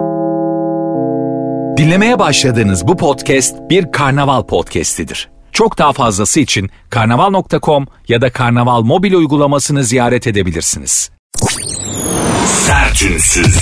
Dinlemeye başladığınız bu podcast bir Karnaval podcastidir. Çok daha fazlası için karnaval.com ya da Karnaval mobil uygulamasını ziyaret edebilirsiniz. Sertünsüz.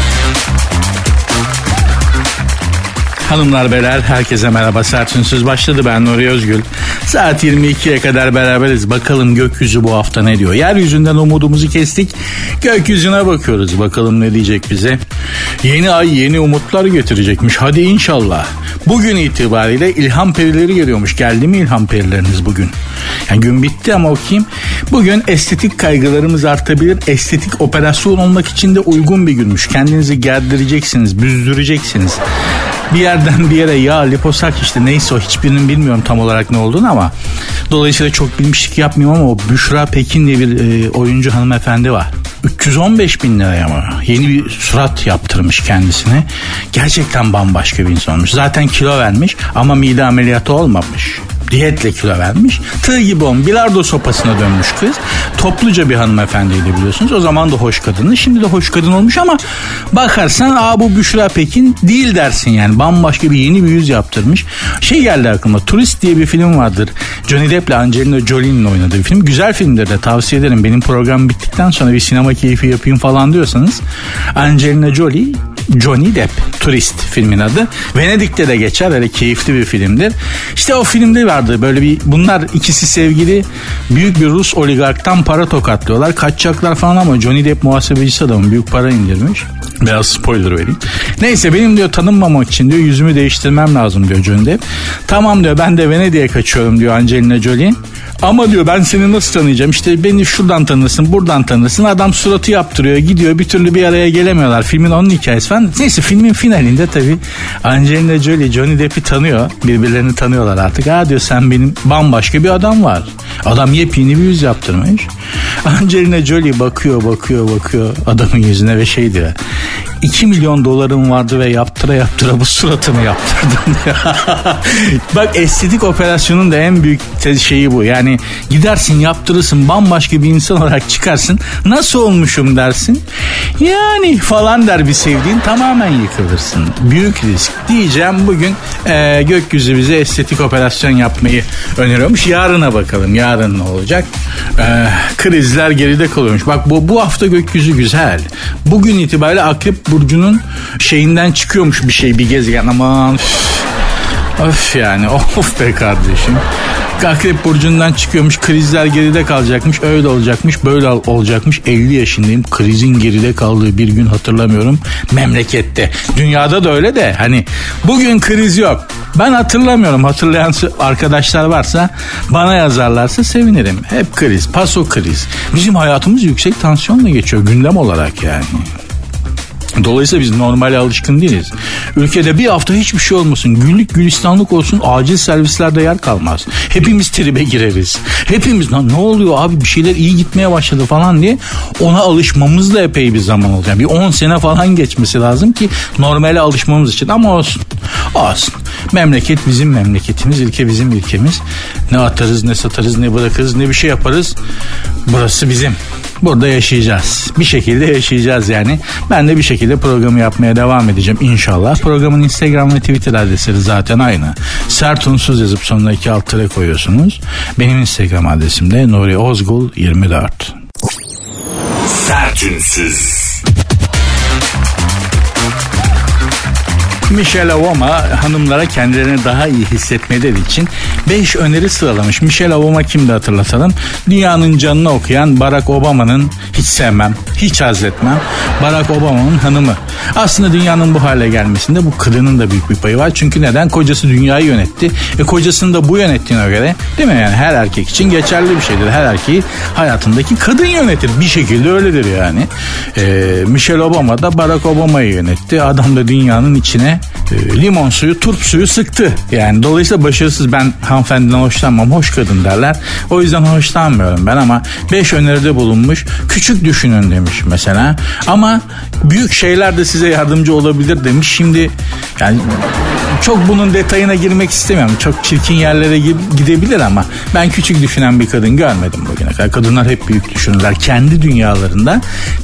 Hanımlar beyler herkese merhaba. Sertünsüz başladı, ben Nuri Özgül. Saat 22'ye kadar beraberiz. Bakalım gökyüzü bu hafta ne diyor? Yeryüzünden umudumuzu kestik. Gökyüzüne bakıyoruz. Bakalım ne diyecek bize? Yeni ay yeni umutlar getirecekmiş. Hadi inşallah. Bugün itibariyle ilham perileri geliyormuş. Geldi mi ilham perileriniz bugün? Yani gün bitti ama okuyayım. Bugün estetik kaygılarımız artabilir. Estetik operasyon olmak için de uygun bir günmüş. Kendinizi gerdireceksiniz, büzdüreceksiniz. Bir yerden bir yere yağ, liposak işte neyse o, hiçbirinin bilmiyorum tam olarak ne olduğunu ama dolayısıyla çok bilmişlik yapmıyorum ama o Büşra Pekin diye bir oyuncu hanımefendi var. 315 bin liraya mı? Yeni bir surat yaptırmış kendisine. Gerçekten bambaşka bir insan olmuş. Zaten kilo vermiş ama mide ameliyatı olmamış. Diyetle kilo vermiş. Tığ gibi bilardo sopasına dönmüş kız. Topluca bir hanımefendiydi biliyorsunuz. O zaman da hoş kadındı. Şimdi de hoş kadın olmuş ama bakarsan bu Büşra Pekin değil dersin yani. Bambaşka bir yeni bir yüz yaptırmış. Geldi aklıma. Turist diye bir film vardır. Johnny Depp ile Angelina Jolie'nin oynadığı bir film. Güzel filmdir de tavsiye ederim. Benim program bittikten sonra bir sinema keyfi yapayım falan diyorsanız. Angelina Jolie, Johnny Depp. Turist filmin adı. Venedik'te de geçer. Öyle keyifli bir filmdir. İşte o filmde vardı. Böyle bunlar ikisi sevgili, büyük bir Rus oligarktan para tokatlıyorlar. Kaçacaklar falan ama Johnny Depp muhasebecisi adamın, büyük para indirmiş. Biraz spoiler vereyim. Neyse benim diyor tanınmamak için diyor yüzümü değiştirmem lazım diyor Johnny Depp. Tamam diyor, ben de Venedik'e kaçıyorum diyor Angelina Jolie. Ama diyor ben seni nasıl tanıyacağım? İşte beni şuradan tanırsın, buradan tanırsın. Adam suratı yaptırıyor, gidiyor, bir türlü bir araya gelemiyorlar. Filmin onun hikayesi falan. Neyse filmin finalinde tabii Angelina Jolie Johnny Depp'i tanıyor. Birbirlerini tanıyorlar artık. Diyor sen benim bambaşka bir adam var. Adam yepyeni bir yüz yaptırmış. Angelina Jolie bakıyor adamın yüzüne ve diyor. 2 milyon dolarım vardı ve yaptıra bu suratımı yaptırdım. Bak estetik operasyonun da en büyük şeyi bu. Yani gidersin yaptırırsın, bambaşka bir insan olarak çıkarsın. Nasıl olmuşum dersin. Yani falan der bir sevdiğin, tamamen yıkılırsın. Büyük risk. Diyeceğim bugün gökyüzü bize estetik operasyon yapmayı öneriyormuş. Yarına bakalım. Yarın ne olacak? Krizler geride kalıyormuş. Bak bu hafta gökyüzü güzel. Bugün itibariyle Akrep Burcu'nun şeyinden çıkıyormuş bir gezegen. Aman of yani of be kardeşim. Akrep Burcu'ndan çıkıyormuş, krizler geride kalacakmış, öyle olacakmış, böyle olacakmış. 50 yaşındayım, krizin geride kaldığı bir gün hatırlamıyorum memlekette. Dünyada da öyle de hani bugün kriz yok. Ben hatırlamıyorum, hatırlayan arkadaşlar varsa bana yazarlarsa sevinirim. Hep kriz, paso kriz. Bizim hayatımız yüksek tansiyonla geçiyor gündem olarak yani. Dolayısıyla biz normale alışkın değiliz. Ülkede bir hafta hiçbir şey olmasın, güllük gülistanlık olsun, acil servislerde yer kalmaz. Hepimiz tribe gireriz. Hepimiz ne oluyor abi, bir şeyler iyi gitmeye başladı falan diye ona alışmamız da epey bir zaman olacak. Yani bir 10 sene falan geçmesi lazım ki normale alışmamız için, ama olsun. Memleket bizim memleketimiz, ülke bizim ülkemiz. Ne atarız, ne satarız, ne bırakırız, ne bir şey yaparız. Burası bizim. Burada yaşayacağız. Bir şekilde yaşayacağız yani. Ben de bir şekilde programı yapmaya devam edeceğim inşallah. Programın Instagram ve Twitter adresleri zaten aynı. Sertünsüz yazıp sonuna 2 alt tere koyuyorsunuz. Benim Instagram adresim de Nuri Ozgul 24. Sertünsüz. Michelle Obama hanımlara kendilerini daha iyi hissetmeleri için 5 öneri sıralamış. Michelle Obama kimdi hatırlatalım? Dünyanın canını okuyan Barack Obama'nın, hiç sevmem, hiç haz etmem, Barack Obama'nın hanımı. Aslında dünyanın bu hale gelmesinde bu kadının da büyük bir payı var. Çünkü neden? Kocası dünyayı yönetti. Kocasını da bu yönettiğine göre, değil mi? Yani her erkek için geçerli bir şeydir. Her erkeği hayatındaki kadın yönetir. Bir şekilde öyledir yani. Michelle Obama da Barack Obama'yı yönetti. Adam da dünyanın içine limon suyu, turp suyu sıktı. Yani dolayısıyla başarısız. Ben hanımefendiden hoşlanmam. Hoş kadın derler. O yüzden hoşlanmıyorum ben, ama 5 öneride bulunmuş. Küçük düşünün demiş mesela. Ama büyük şeyler de size yardımcı olabilir demiş. Şimdi yani Çok bunun detayına girmek istemiyorum. Çok çirkin yerlere gidebilir ama ben küçük düşünen bir kadın görmedim bugüne kadar. Kadınlar hep büyük düşünürler. Kendi dünyalarında,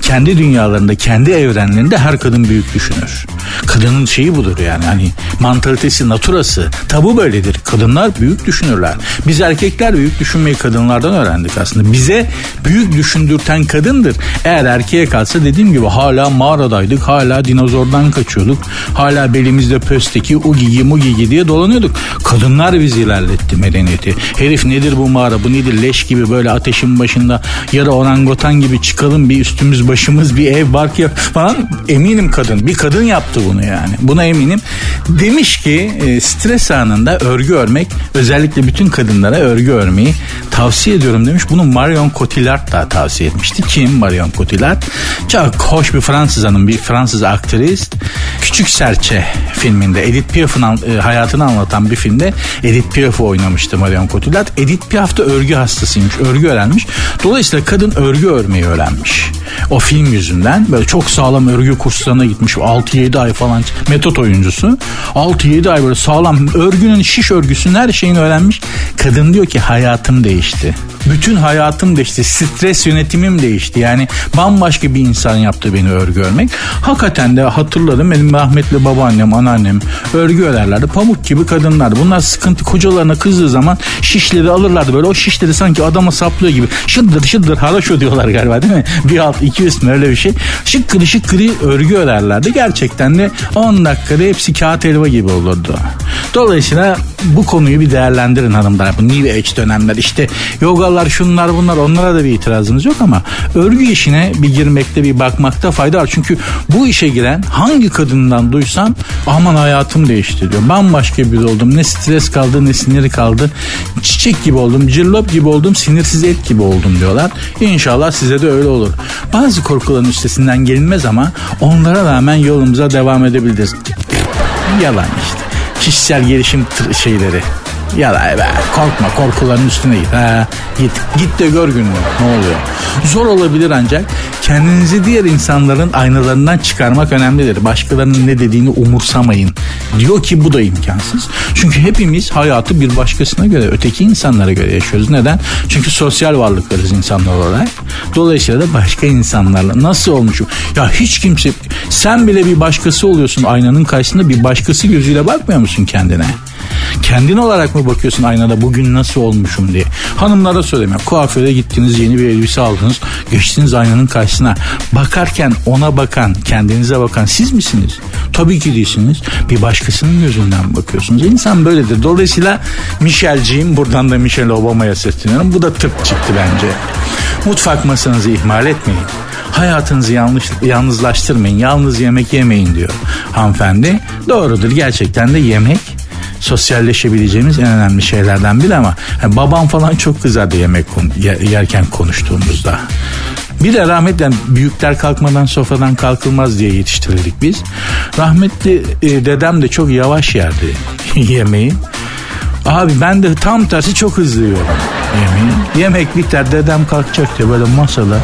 kendi evrenlerinde her kadın büyük düşünür. Kadının şeyi budur yani. Hani mantalitesi, naturası, tabu böyledir. Kadınlar büyük düşünürler. Biz erkekler büyük düşünmeyi kadınlardan öğrendik aslında. Bize büyük düşündürten kadındır. Eğer erkeğe kalsa dediğim gibi hala mağaradaydık. Hala dinozordan kaçıyorduk. Hala belimizde pösteki ugigi mugigi diye dolanıyorduk. Kadınlar bizi ilerletti medeniyeti. Herif nedir bu mağara, bu nedir leş gibi böyle ateşin başında yarı orangutan gibi çıkalım, bir üstümüz başımız bir ev bark yap falan. Eminim bir kadın yaptı bunu yani. Buna eminim. Demiş ki stres anında örgü örmek, özellikle bütün kadınlara örgü örmeyi tavsiye ediyorum demiş. Bunu Marion Cotillard da tavsiye etmişti. Kim Marion Cotillard? Çok hoş bir Fransız hanım, bir Fransız aktris. Küçük Serçe filminde Edith Piaf'ın hayatını anlatan bir filmde Edith Piaf'ı oynamıştı Marion Cotillard. Edith Piaf da örgü hastasıymış, örgü öğrenmiş. Dolayısıyla kadın örgü örmeyi öğrenmiş. O film yüzünden böyle çok sağlam örgü kurslarına gitmiş. 6-7 ay falan metot oyuncusu. 6-7 ay böyle sağlam örgünün, şiş örgüsünün her şeyini öğrenmiş. Kadın diyor ki hayatım değişti. Bütün hayatım değişti. Stres yönetimim değişti. Yani bambaşka bir insan yaptı beni örgü örmek. Hakikaten de hatırladım. Benim rahmetli babaannem, anneannem örgü örerlerdi. Pamuk gibi kadınlardı. Bunlar sıkıntı kocalarına kızdığı zaman şişleri alırlardı. Böyle o şişleri sanki adama saplıyor gibi. Şıddır haraşo diyorlar galiba değil mi? Bir alt iki üst mü öyle bir şey. Şıkkırı örgü örerlerdi. Gerçekten de 10 dakikada hepsi kağıt helva gibi olurdu. Dolayısıyla bu konuyu bir değerlendirin hanımlar. Bu New Age dönemler işte yogalar şunlar bunlar, onlara da bir itirazımız yok ama örgü işine bir girmekte, bir bakmakta fayda var. Çünkü bu işe giren hangi kadından duysam aman hayatım değişti diyor. Bambaşka biri oldum. Ne stres kaldı ne siniri kaldı. Çiçek gibi oldum, cillop gibi oldum, sinirsiz et gibi oldum diyorlar. İnşallah size de öyle olur. Bazı korkuların üstesinden gelinmez ama onlara rağmen yolumuza devam edebiliriz. Yalan işte. Kişisel gelişim şeyleri. Yalan be, korkma, korkuların üstüne git. Git de gör gününü ne oluyor. Zor olabilir ancak kendinizi diğer insanların aynalarından çıkarmak önemlidir. Başkalarının ne dediğini umursamayın. Diyor ki bu da imkansız. Çünkü hepimiz hayatı bir başkasına göre, öteki insanlara göre yaşıyoruz. Neden? Çünkü sosyal varlıklarız insanlar olarak. Dolayısıyla da başka insanlarla nasıl olmuşum? Ya hiç kimse, sen bile bir başkası oluyorsun aynanın karşısında, bir başkası gözüyle bakmıyor musun kendine? Kendin olarak mı bakıyorsun aynada bugün nasıl olmuşum diye? Hanımlara söylemiyorum. Kuaföre gittiniz, yeni bir elbise aldınız, geçtiniz aynanın karşısına. Bakarken ona bakan, kendinize bakan siz misiniz? Tabii ki değilsiniz. Bir başkasının gözünden bakıyorsunuz. İnsan böyledir. Dolayısıyla Michelle'ciğim, buradan da Michelle Obama'ya sesleniyorum. Bu da tıp çıktı bence. Mutfak masanızı ihmal etmeyin. Hayatınızı yalnızlaştırmayın. Yalnız yemek yemeyin diyor hanımefendi. Doğrudur. Gerçekten de yemek sosyalleşebileceğimiz en önemli şeylerden biri ama babam falan çok kızardı yemek yerken konuştuğumuzda. Bir de rahmetli büyükler kalkmadan sofradan kalkılmaz diye yetiştirildik biz. Rahmetli dedem de çok yavaş yerdi yemeği. Abi ben de tam tersi çok hızlı yiyorum yemeği. Yemek biter, dedem kalkacak diye böyle masada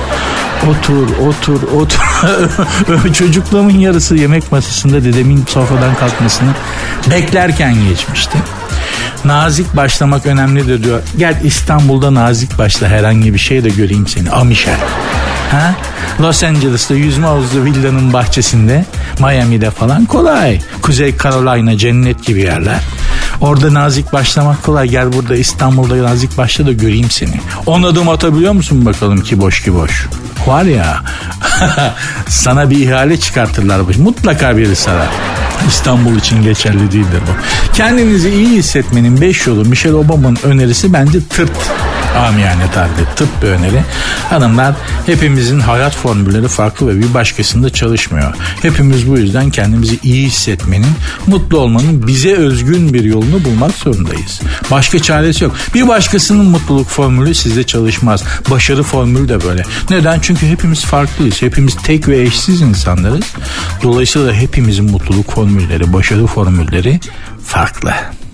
otur. Çocukluğumun yarısı yemek masasında dedemin sofradan kalkmasını beklerken geçmişti. Nazik başlamak önemlidir diyor. Gel İstanbul'da nazik başla, herhangi bir şey de göreyim seni. Michelle. Ha? Los Angeles'ta yüzme havuzlu villanın bahçesinde, Miami'de falan kolay. Kuzey Carolina cennet gibi yerler. Orada nazik başlamak kolay. Gel burada İstanbul'da nazik başla da göreyim seni. 10 adım atabiliyor musun bakalım ki boş. Var ya sana bir ihale çıkartırlar. Mutlaka biri sarar. İstanbul için geçerli değildir bu. Kendinizi iyi hissetmenin 5 yolu Michelle Obama'nın önerisi bence tırt. Amiyane tabiri, tıp bir öneri. Hanımlar, hepimizin hayat formülleri farklı ve bir başkasında çalışmıyor. Hepimiz bu yüzden kendimizi iyi hissetmenin, mutlu olmanın bize özgün bir yolunu bulmak zorundayız. Başka çaresi yok. Bir başkasının mutluluk formülü sizde çalışmaz. Başarı formülü de böyle. Neden? Çünkü hepimiz farklıyız. Hepimiz tek ve eşsiz insanlarız. Dolayısıyla hepimizin mutluluk formülleri, başarı formülleri farklı.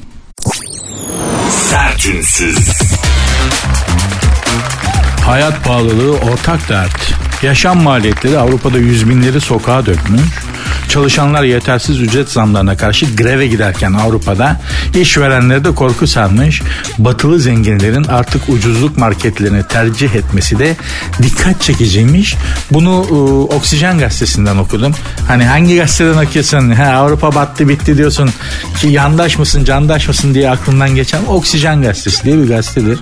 Sertünsüz. Hayat pahalılığı ortak dert. Yaşam maliyetleri Avrupa'da 100 binleri sokağa dökmüş. Çalışanlar yetersiz ücret zamlarına karşı greve giderken Avrupa'da işverenleri de korku sarmış. Batılı zenginlerin artık ucuzluk marketlerini tercih etmesi de dikkat çekiciymiş. Bunu Oksijen gazetesinden okudum. Hani hangi gazeteden okuyorsun? Avrupa battı bitti diyorsun ki yandaş mısın candaş mısın diye aklından geçen Oksijen gazetesi diye bir gazetedir.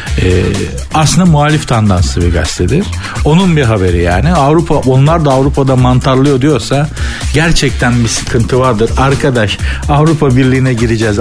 Aslında muhalif tandanslı bir gazetedir. Onun bir haberi yani. Onlar da Avrupa'da mantarlıyor diyorsa gerçekten bir sıkıntı vardır. Arkadaş Avrupa Birliği'ne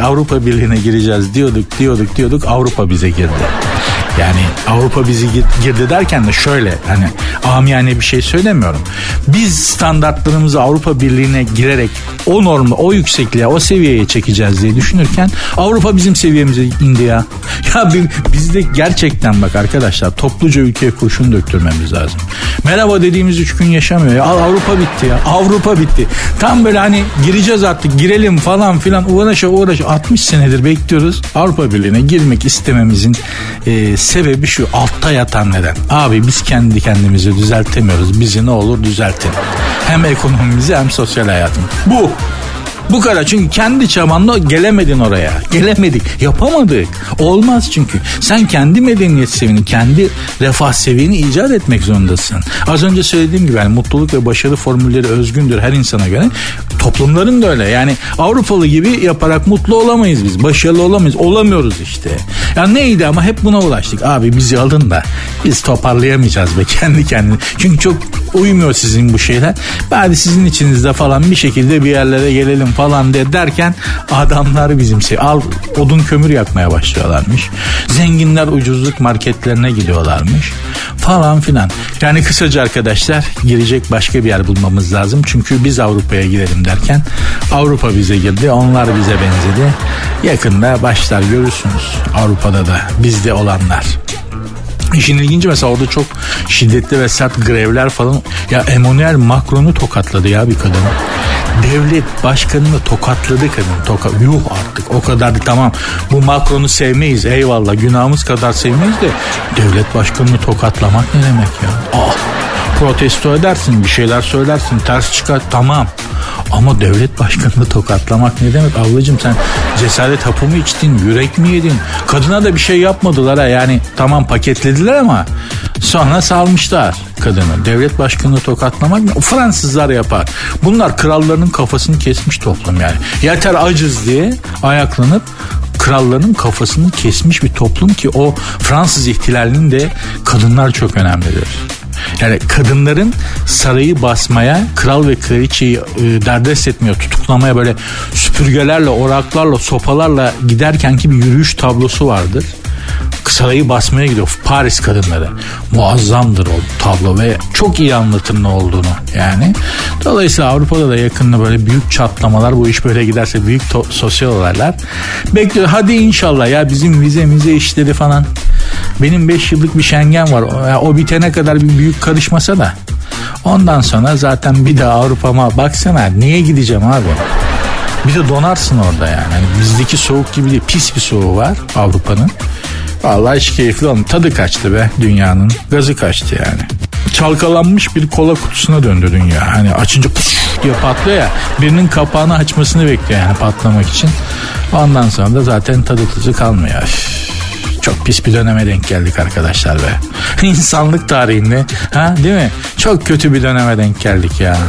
gireceğiz diyorduk. Avrupa bize girdi. Yani Avrupa bizi girdi derken de şöyle hani amiyane bir şey söylemiyorum. Biz standartlarımızı Avrupa Birliği'ne girerek o normu, o yüksekliğe, o seviyeye çekeceğiz diye düşünürken Avrupa bizim seviyemize indi ya. Ya biz de gerçekten bak arkadaşlar topluca ülkeye kurşun döktürmemiz lazım. Merhaba dediğimiz 3 gün yaşamıyor ya. Avrupa bitti ya. Avrupa bitti. Tam böyle hani gireceğiz artık girelim falan filan uğraşa 60 senedir bekliyoruz. Avrupa Birliği'ne girmek istememizin sebebi şu, altta yatan neden? Abi biz kendi kendimizi düzeltemiyoruz. Bizi ne olur düzeltin. Hem ekonomimizi hem sosyal hayatımızı. Bu kadar. Çünkü kendi çabanla gelemedin oraya. Gelemedik. Yapamadık. Olmaz çünkü. Sen kendi medeniyet seviyeni, kendi refah seviyeni icat etmek zorundasın. Az önce söylediğim gibi yani mutluluk ve başarı formülleri özgündür her insana göre. Toplumların da öyle. Yani Avrupalı gibi yaparak mutlu olamayız biz. Başarılı olamayız. Olamıyoruz işte. Ya neydi ama hep buna ulaştık. Abi bizi alın da biz toparlayamayacağız be kendi kendine. Çünkü çok uymuyor sizin bu şeyler. Bari sizin içinizde falan bir şekilde bir yerlere gelelim falan derken adamlar bizim odun kömür yakmaya başlıyorlarmış. Zenginler ucuzluk marketlerine gidiyorlarmış falan filan. Yani kısaca arkadaşlar girecek başka bir yer bulmamız lazım. Çünkü biz Avrupa'ya girelim derken Avrupa bize girdi. Onlar bize benzedi. Yakında başlar görürsünüz Avrupa'da da bizde olanlar. İşin ilginci mesela orada çok şiddetli ve sert grevler falan. Ya Emmanuel Macron'u tokatladı ya bir kadın. Devlet başkanını tokatladı kadın. Yuh artık o kadar tamam. Bu Macron'u sevmeyiz eyvallah. Günahımız kadar sevmeyiz de devlet başkanını tokatlamak ne demek ya? Protesto edersin, bir şeyler söylersin, ters çıkar tamam. Ama devlet başkanını tokatlamak ne demek? Ablacığım sen cesaret hapı mı içtin, yürek mi yedin? Kadına da bir şey yapmadılar ha. Yani tamam paketlediler ama sonra salmışlar kadını. Devlet başkanını tokatlamak mı? Fransızlar yapar. Bunlar krallarının kafasını kesmiş toplum yani. Yeter acız diye ayaklanıp kralların kafasını kesmiş bir toplum ki o Fransız ihtilalinin de kadınlar çok önemlidir. Yani kadınların sarayı basmaya, kral ve kraliçeyi derdest etmeye, tutuklamaya böyle süpürgelerle, oraklarla, sopalarla giderkenki bir yürüyüş tablosu vardır. Sarayı basmaya gidiyor Paris kadınları. Muazzamdır o tablo ve çok iyi anlatır ne olduğunu yani. Dolayısıyla Avrupa'da da yakında böyle büyük çatlamalar, bu iş böyle giderse büyük sosyal olaylar bekliyor. Hadi inşallah ya bizim vize işleri falan. Benim 5 yıllık bir Schengen var. O bitene kadar bir büyük karışmasa da ondan sonra zaten bir daha Avrupa'ma baksana niye gideceğim abi? Bir de donarsın orada yani. Yani bizdeki soğuk gibi değil. Pis bir soğuğu var Avrupa'nın. Vallahi hiç keyifli olmadı. Tadı kaçtı be dünyanın. Gazı kaçtı yani. Çalkalanmış bir kola kutusuna döndü dünya. Hani açınca puş diye patlıyor ya. Birinin kapağını açmasını bekliyor yani patlamak için. Ondan sonra da zaten tadı tuzu kalmıyor. Çok pis bir döneme denk geldik arkadaşlar be. İnsanlık tarihinde değil mi? Çok kötü bir döneme denk geldik ya.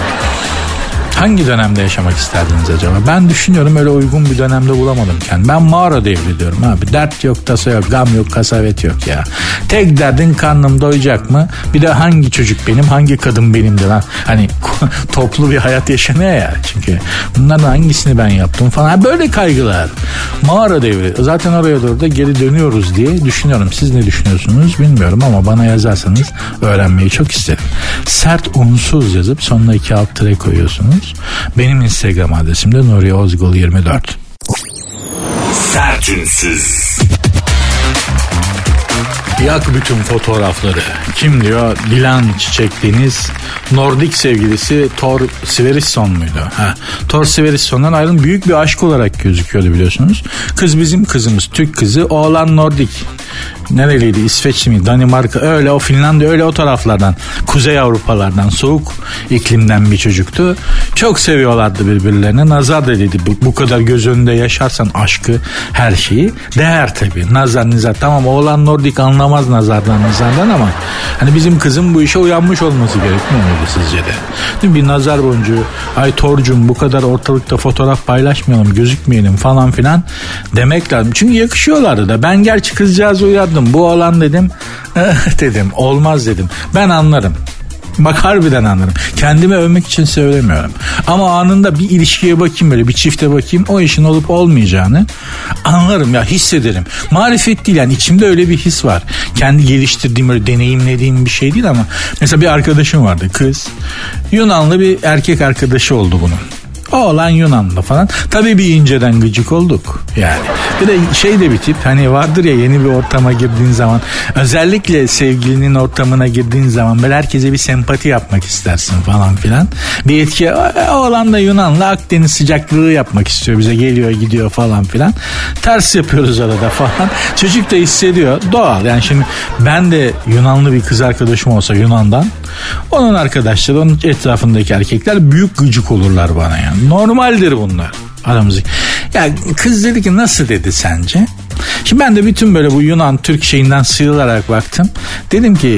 Hangi dönemde yaşamak isterdiniz acaba? Ben düşünüyorum öyle uygun bir dönemde bulamadım kendimi. Ben mağara devri diyorum abi. Dert yok, tasa yok, gam yok, kasavet yok ya. Tek derdin karnım doyacak mı? Bir de hangi çocuk benim, hangi kadın benimdi lan? Hani toplu bir hayat yaşanıyor ya çünkü. Bunların hangisini ben yaptım falan. Böyle kaygılar. Mağara devri. Zaten oraya doğru da geri dönüyoruz diye düşünüyorum. Siz ne düşünüyorsunuz bilmiyorum ama bana yazarsanız öğrenmeyi çok isterim. Sert unsuz yazıp sonuna 2 alt tire koyuyorsunuz. Benim Instagram adresim de Nuri Ozgul 24. Sertünsüz. Yak bütün fotoğrafları. Kim diyor? Dilan Çiçek Deniz. Nordik sevgilisi Thor Sverrisson muydu? Thor Sverrisson'dan ayrılan büyük bir aşk olarak gözüküyordu biliyorsunuz. Kız bizim kızımız. Türk kızı. Oğlan Nordik. nereliydi, İsveç mi, Danimarka, öyle o Finlandiya, öyle o taraflardan, Kuzey Avrupalardan, soğuk iklimden bir çocuktu. Çok seviyorlardı birbirlerine. Nazar da dedi, bu kadar göz önünde yaşarsan aşkı, her şeyi değer tabii. Nazar tamam, oğlan Nordik anlamaz nazardan ama hani bizim kızın bu işe uyanmış olması gerekmiyor muydu sizce de? Değil mi? Bir nazar boncuğu, ay Torcum bu kadar ortalıkta fotoğraf paylaşmayalım, gözükmeyelim falan filan demek lazım. Çünkü yakışıyorlardı da. Ben gerçi kızcağızı uyardım. Bu oğlan dedim dedim, olmaz dedim. Ben anlarım. Bak harbiden anlarım. Kendimi övmek için söylemiyorum. Ama anında bir ilişkiye bakayım, böyle bir çifte bakayım, o işin olup olmayacağını anlarım ya, hissederim. Marifet değil yani, içimde öyle bir his var. Kendi geliştirdiğim, öyle deneyimlediğim bir şey değil ama mesela bir arkadaşım vardı, kız. Yunanlı bir erkek arkadaşı oldu bunun. Oğlan Yunanlı falan. Tabii bir inceden gıcık olduk yani. Bir de şey de bir tip, hani vardır ya, yeni bir ortama girdiğin zaman, özellikle sevgilinin ortamına girdiğin zaman böyle herkese bir sempati yapmak istersin falan filan. Bir etki, oğlan da Yunanlı, Akdeniz sıcaklığı yapmak istiyor, bize geliyor gidiyor falan filan. Ters yapıyoruz arada falan. Çocuk da hissediyor, doğal yani. Şimdi ben de Yunanlı bir kız arkadaşım olsa Yunan'dan, onun arkadaşları, onun etrafındaki erkekler büyük gıcık olurlar bana yani. Normaldir bunlar aramızda. Ya kız dedi ki, nasıl dedi sence? Şimdi ben de bütün böyle bu Yunan Türk şeyinden sıyrılarak baktım. Dedim ki,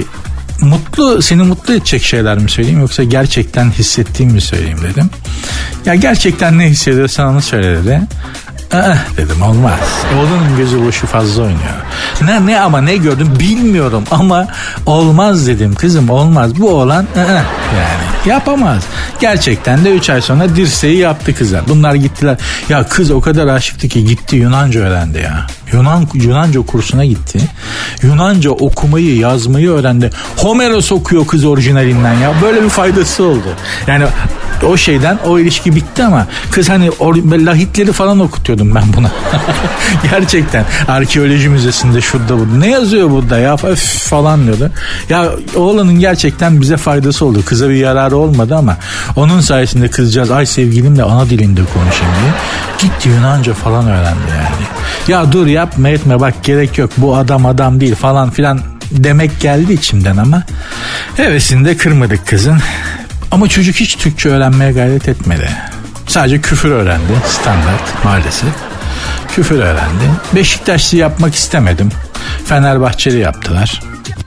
seni mutlu edecek şeyler mi söyleyeyim, yoksa gerçekten hissettiğim mi söyleyeyim dedim. Ya gerçekten ne hissediyorsan onu söyle dedi. Dedim, olmaz. Oğlunun gözü boşu fazla oynuyor. Ne ama ne gördüm bilmiyorum ama olmaz dedim, kızım olmaz. Bu oğlan yani yapamaz. Gerçekten de 3 ay sonra dirseği yaptı kıza. Bunlar gittiler. Ya kız o kadar aşıktı ki gitti Yunanca öğrendi ya. Yunanca kursuna gitti. Yunanca okumayı, yazmayı öğrendi. Homeros okuyor kız orijinalinden ya. Böyle bir faydası oldu. Yani o şeyden o ilişki bitti ama kız hani lahitleri falan okutuyordum ben buna. Gerçekten arkeoloji müzesinde şurada burada. Ne yazıyor burada ya falan diyordu. Ya oğlanın gerçekten bize faydası oldu. Kıza bir yararı olmadı ama onun sayesinde kızcağız ay sevgilimle ana dilinde konuşayım diye gitti Yunanca falan öğrendi yani. Ya dur yapma etme bak gerek yok, bu adam değil falan filan demek geldi içimden ama hevesini de kırmadık kızın. Ama çocuk hiç Türkçe öğrenmeye gayret etmedi. Sadece küfür öğrendi, standart maalesef. Küfür öğrendi. Beşiktaşlı yapmak istemedim. Fenerbahçeli yaptılar.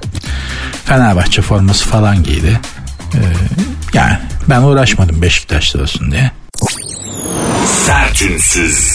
Fenerbahçe forması falan giydi. Yani ben uğraşmadım Beşiktaşlı olsun diye. Sertünsüz.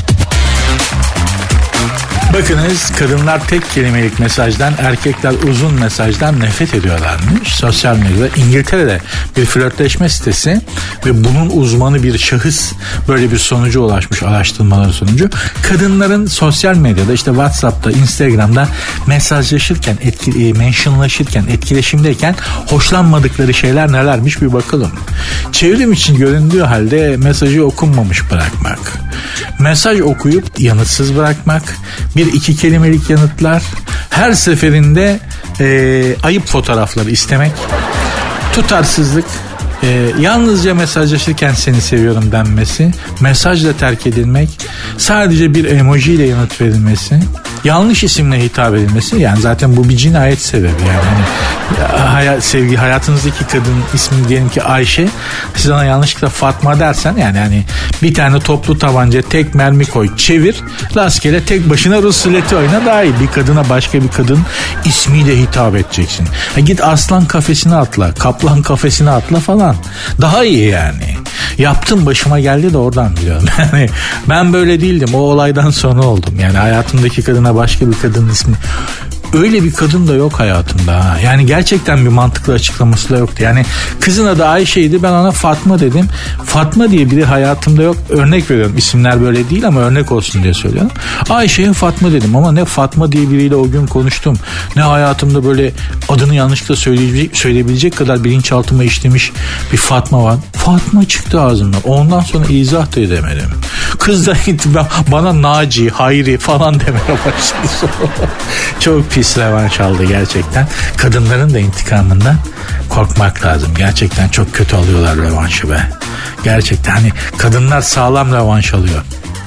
Bakınız, kadınlar tek kelimelik mesajdan, erkekler uzun mesajdan nefret ediyorlarmış. Sosyal medyada İngiltere'de bir flörtleşme sitesi ve bunun uzmanı bir şahıs böyle bir sonuca ulaşmış, araştırmaları sonucu. Kadınların sosyal medyada, işte WhatsApp'ta, Instagram'da mesajlaşırken, mentionlaşırken, etkileşimdeyken hoşlanmadıkları şeyler nelermiş bir bakalım. Çevrim için göründüğü halde mesajı okunmamış bırakmak, mesaj okuyup yanıtsız bırakmak, 1-2 kelimelik yanıtlar, her seferinde ayıp fotoğrafları istemek, tutarsızlık, yalnızca mesajlaşırken seni seviyorum denmesi, mesajla terk edilmek, sadece bir emoji ile yanıt verilmesi, yanlış isimle hitap edilmesi, yani zaten bu bir cinayet sebebi yani. Hani hayatınızdaki kadın ismi diyelim ki Ayşe, siz ona yanlışlıkla Fatma dersen, yani hani bir tane toplu tabanca, tek mermi koy, çevir, rastgele tek başına Rus ruleti oyna daha iyi. Bir kadına başka bir kadın ismiyle hitap edeceksin. Git aslan kafesine atla, kaplan kafesine atla falan. Daha iyi yani. Yaptım, başıma geldi de oradan biliyorum. Yani ben böyle değildim. O olaydan sonra oldum. Yani hayatımdaki kadına başka bir kadının ismi. Öyle bir kadın da yok hayatımda. Yani gerçekten bir mantıklı açıklaması da yoktu. Yani kızın adı Ayşe'ydi, ben ona Fatma dedim. Fatma diye biri hayatımda yok. Örnek veriyorum, isimler böyle değil ama örnek olsun diye söylüyorum. Ayşe'ye Fatma dedim ama ne Fatma diye biriyle o gün konuştum, ne hayatımda böyle adını yanlışlıkla söyleyebilecek kadar bilinçaltıma işlemiş bir Fatma var. Fatma çıktı ağzımdan. Ondan sonra izah da edemedim. Kız da bana Naci, Hayri falan demeye başladı. Çok pis revanş aldı gerçekten. Kadınların da intikamından korkmak lazım. Gerçekten çok kötü alıyorlar revanşı be. Gerçekten hani kadınlar sağlam revanş alıyor.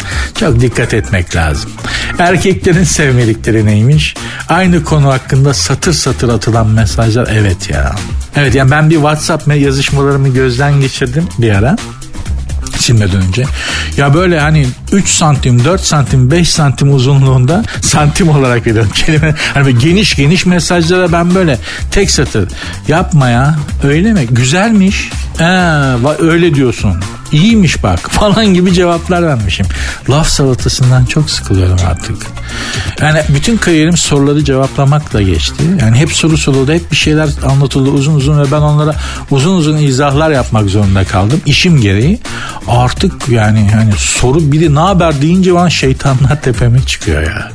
çok dikkat etmek lazım. Erkeklerin sevmedikleri neymiş? Aynı konu hakkında satır satır atılan mesajlar. Evet ya. Evet yani ben bir WhatsApp yazışmalarımı gözden geçirdim bir ara. Silmeden önce. Ya böyle hani 3 santim, 4 santim, 5 santim uzunluğunda, santim olarak veriyorum kelime. Hani geniş geniş mesajlara ben böyle tek satır. Yapma ya. Öyle mi? Güzelmiş. Öyle diyorsun. İyiymiş bak falan gibi cevaplar vermişim. Laf salatasından çok sıkılıyorum artık. Yani bütün kariyerim soruları cevaplamakla geçti. Yani hep soru soruldu, hep bir şeyler anlatıldı uzun uzun ve ben onlara uzun uzun izahlar yapmak zorunda kaldım. İşim gereği. Artık yani hani soru biri ne haber deyince bana şeytanlar tepeme çıkıyor ya.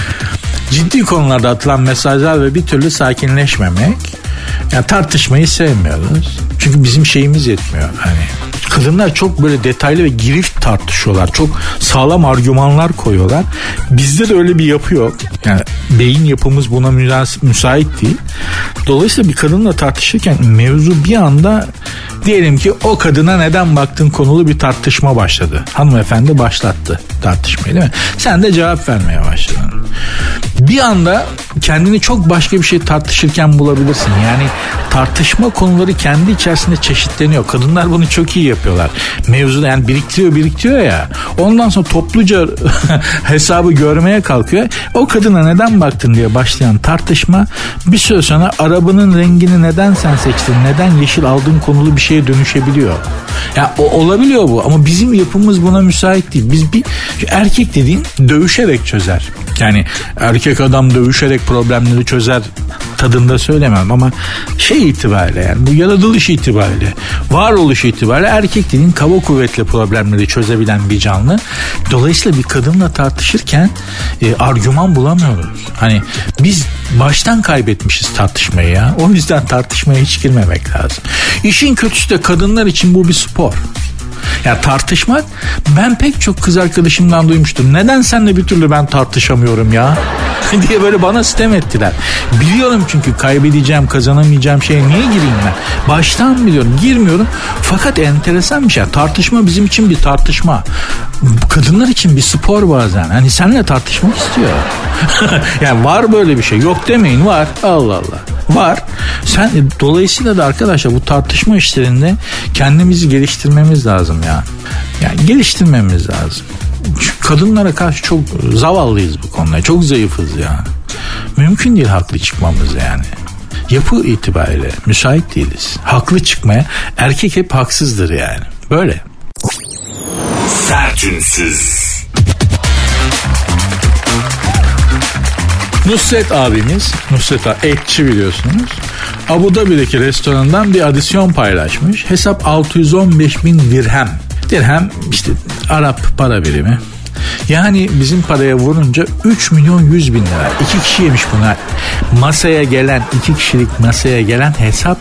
Ciddi konularda atılan mesajlar ve bir türlü sakinleşmemek. Yani tartışmayı sevmiyoruz. Çünkü bizim şeyimiz yetmiyor. Hani kadınlar çok böyle detaylı ve girift tartışıyorlar. Çok sağlam argümanlar koyuyorlar. Bizde de öyle bir yapı yok. Yani beyin yapımız buna müsait değil. Dolayısıyla bir kadınla tartışırken mevzu bir anda diyelim ki o kadına neden baktın konulu bir tartışma başladı. Hanımefendi başlattı tartışmayı değil mi? Sen de cevap vermeye başladın. Bir anda kendini çok başka bir şey tartışırken bulabilirsin. Yani tartışma konuları kendi içerisinde çeşitleniyor. Kadınlar bunu çok iyi yapıyorlar. Mevzuda yani biriktiriyor ya. Ondan sonra topluca hesabı görmeye kalkıyor. O kadına neden baktın diye başlayan tartışma bir süre sonra arabanın rengini neden sen seçtin, neden yeşil aldın konulu bir şeye dönüşebiliyor. Ya olabiliyor bu ama bizim yapımız buna müsait değil. Biz bir erkek dediğin dövüşerek çözer. Yani erkek adam dövüşerek problemleri çözer tadında söylemem ama şey itibariyle yani bu yaratılış itibariyle, varoluş itibariyle erkek dediğin kaba kuvvetle problemleri çözebilen bir canlı. Dolayısıyla bir kadınla tartışırken argüman bulamıyoruz. Hani biz baştan kaybetmişiz tartışmayı ya. O yüzden tartışmaya hiç girmemek lazım. İşin kötüsü de kadınlar için bu bir spor. Ya tartışmak, ben pek çok kız arkadaşımdan duymuştum. Neden seninle bir türlü ben tartışamıyorum ya diye böyle bana sitem ettiler. Biliyorum çünkü kaybedeceğim, kazanamayacağım şeye niye gireyim ben? Baştan biliyorum, girmiyorum. Fakat enteresan bir şey. Tartışma bizim için bir tartışma. Kadınlar için bir spor bazen. Hani seninle tartışmak istiyor. Yani var böyle bir şey. Yok demeyin, var. Allah Allah. Var. Dolayısıyla da arkadaşlar bu tartışma işlerinde kendimizi geliştirmemiz lazım ya. Yani geliştirmemiz lazım. Çünkü kadınlara karşı çok zavallıyız bu konuda. Çok zayıfız ya. Mümkün değil haklı çıkmamız yani. Yapı itibariyle müsait değiliz. Haklı çıkmaya erkek hep haksızdır yani. Böyle. Sertünsüz. Nusret abimiz, etçi biliyorsunuz, Abu Dhabi'deki restorandan bir adisyon paylaşmış. Hesap 615.000 dirhem. Dirhem işte Arap para birimi. Yani bizim paraya vurunca 3.100.000 lira. 2 kişi yemiş buna. Masaya gelen, 2 kişilik masaya gelen hesap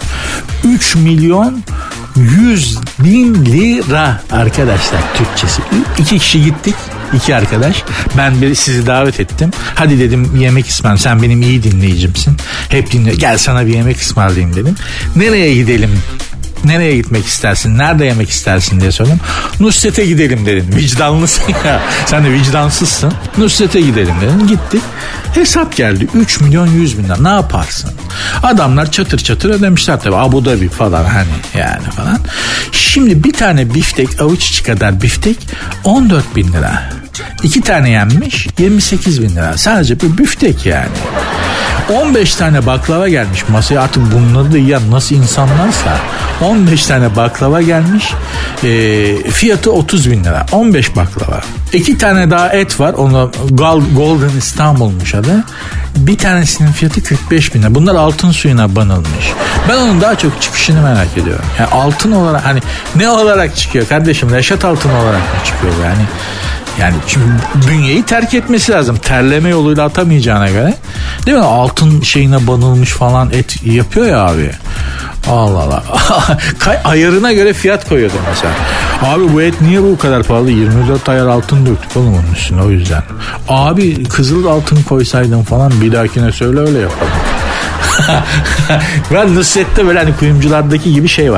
3.100.000 lira arkadaşlar, Türkçesi. 2 kişi gittik. 2 arkadaş. Ben sizi davet ettim. Hadi dedim yemek ısmarlayayım. Sen benim iyi dinleyicimsin. Hep dinle. Gel sana bir yemek ısmarlayayım dedim. Nereye gidelim? Nereye gitmek istersin? Nerede yemek istersin diye sordum. Nusret'e gidelim dedim. Vicdanlısın ya. Sen de vicdansızsın. Nusret'e gidelim dedim. Gittik. Hesap geldi. 3.100.000 lira. Ne yaparsın? Adamlar çatır çatır ödemişler tabii. Abu Dhabi falan hani yani falan. Şimdi bir tane biftek, avuç içi kadar biftek 14.000 lira. 2 tane yenmiş 28.000 lira. Sadece bir biftek yani. 15 tane baklava gelmiş masaya, artık bunları da yiyen nasıl insanlarsa 15 tane baklava gelmiş, fiyatı 30.000 lira. 15 baklava. 2 tane daha et var, ona Golden İstanbul'muş adı. Bir tanesinin fiyatı 45.000 lira. Bunlar altın suyuna banılmış. Ben onun daha çok çıkışını merak ediyorum. Yani altın olarak, hani ne olarak çıkıyor kardeşim? Reşat altın olarak mı çıkıyor yani? Yani çünkü bünyeyi terk etmesi lazım. Terleme yoluyla atamayacağına göre. Değil mi? Altın şeyine banılmış falan et yapıyor ya abi. Allah Allah. Ayarına göre fiyat koyuyordu mesela. Abi bu et niye bu kadar pahalı? 24 ayar altın döktük oğlum onun üstüne, o yüzden. Abi kızıl altın koysaydın falan, bir dahakine söyle öyle yapalım. Ben Nusret'te böyle hani kuyumculardaki gibi şey var.